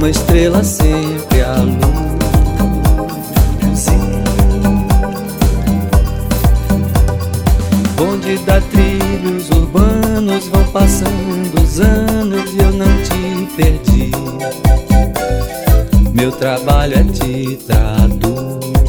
uma estrela sempre à luz. Bonde dá trilhos urbanos, vão passando os anos e eu não te perdi. Meu trabalho é te traduzir.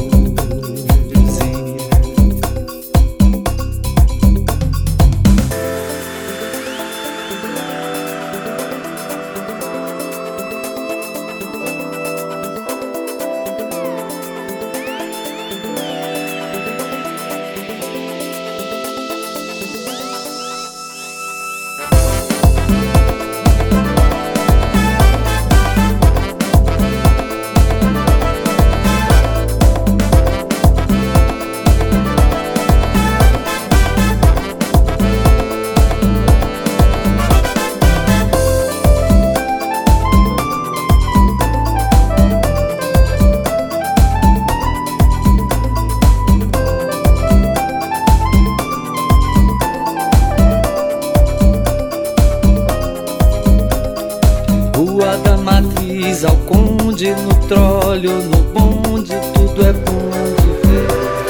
Rua da Matriz ao Conde, no tróleo, no bonde, tudo é bom de ver.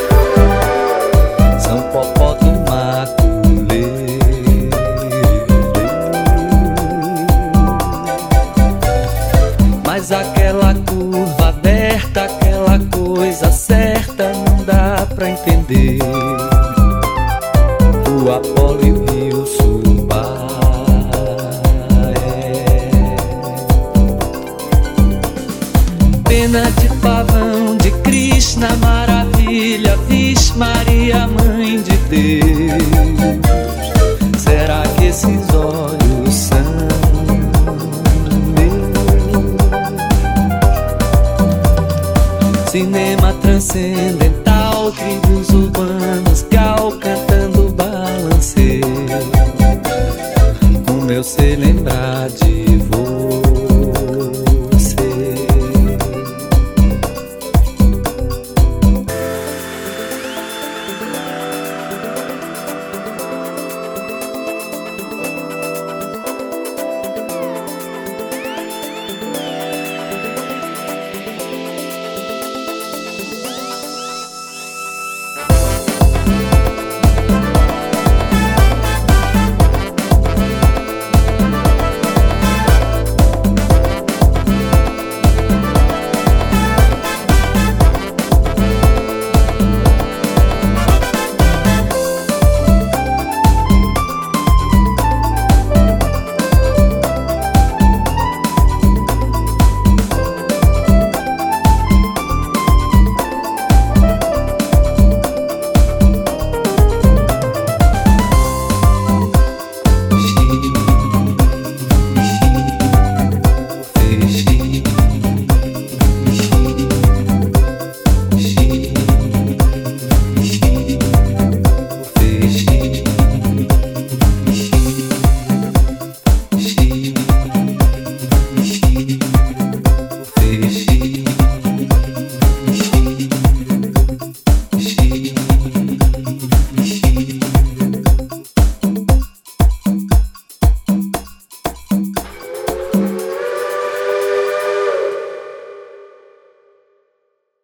São Popó do Maculê. Mas aquela curva aberta, aquela coisa certa, não dá pra entender. O Apolo e o Rio Subá. Pena de pavão, de Krishna, maravilha, Vixe Maria, Mãe de Deus. Será que esses olhos são meus? Cinema transcendental, trilhos urbanos, calculados,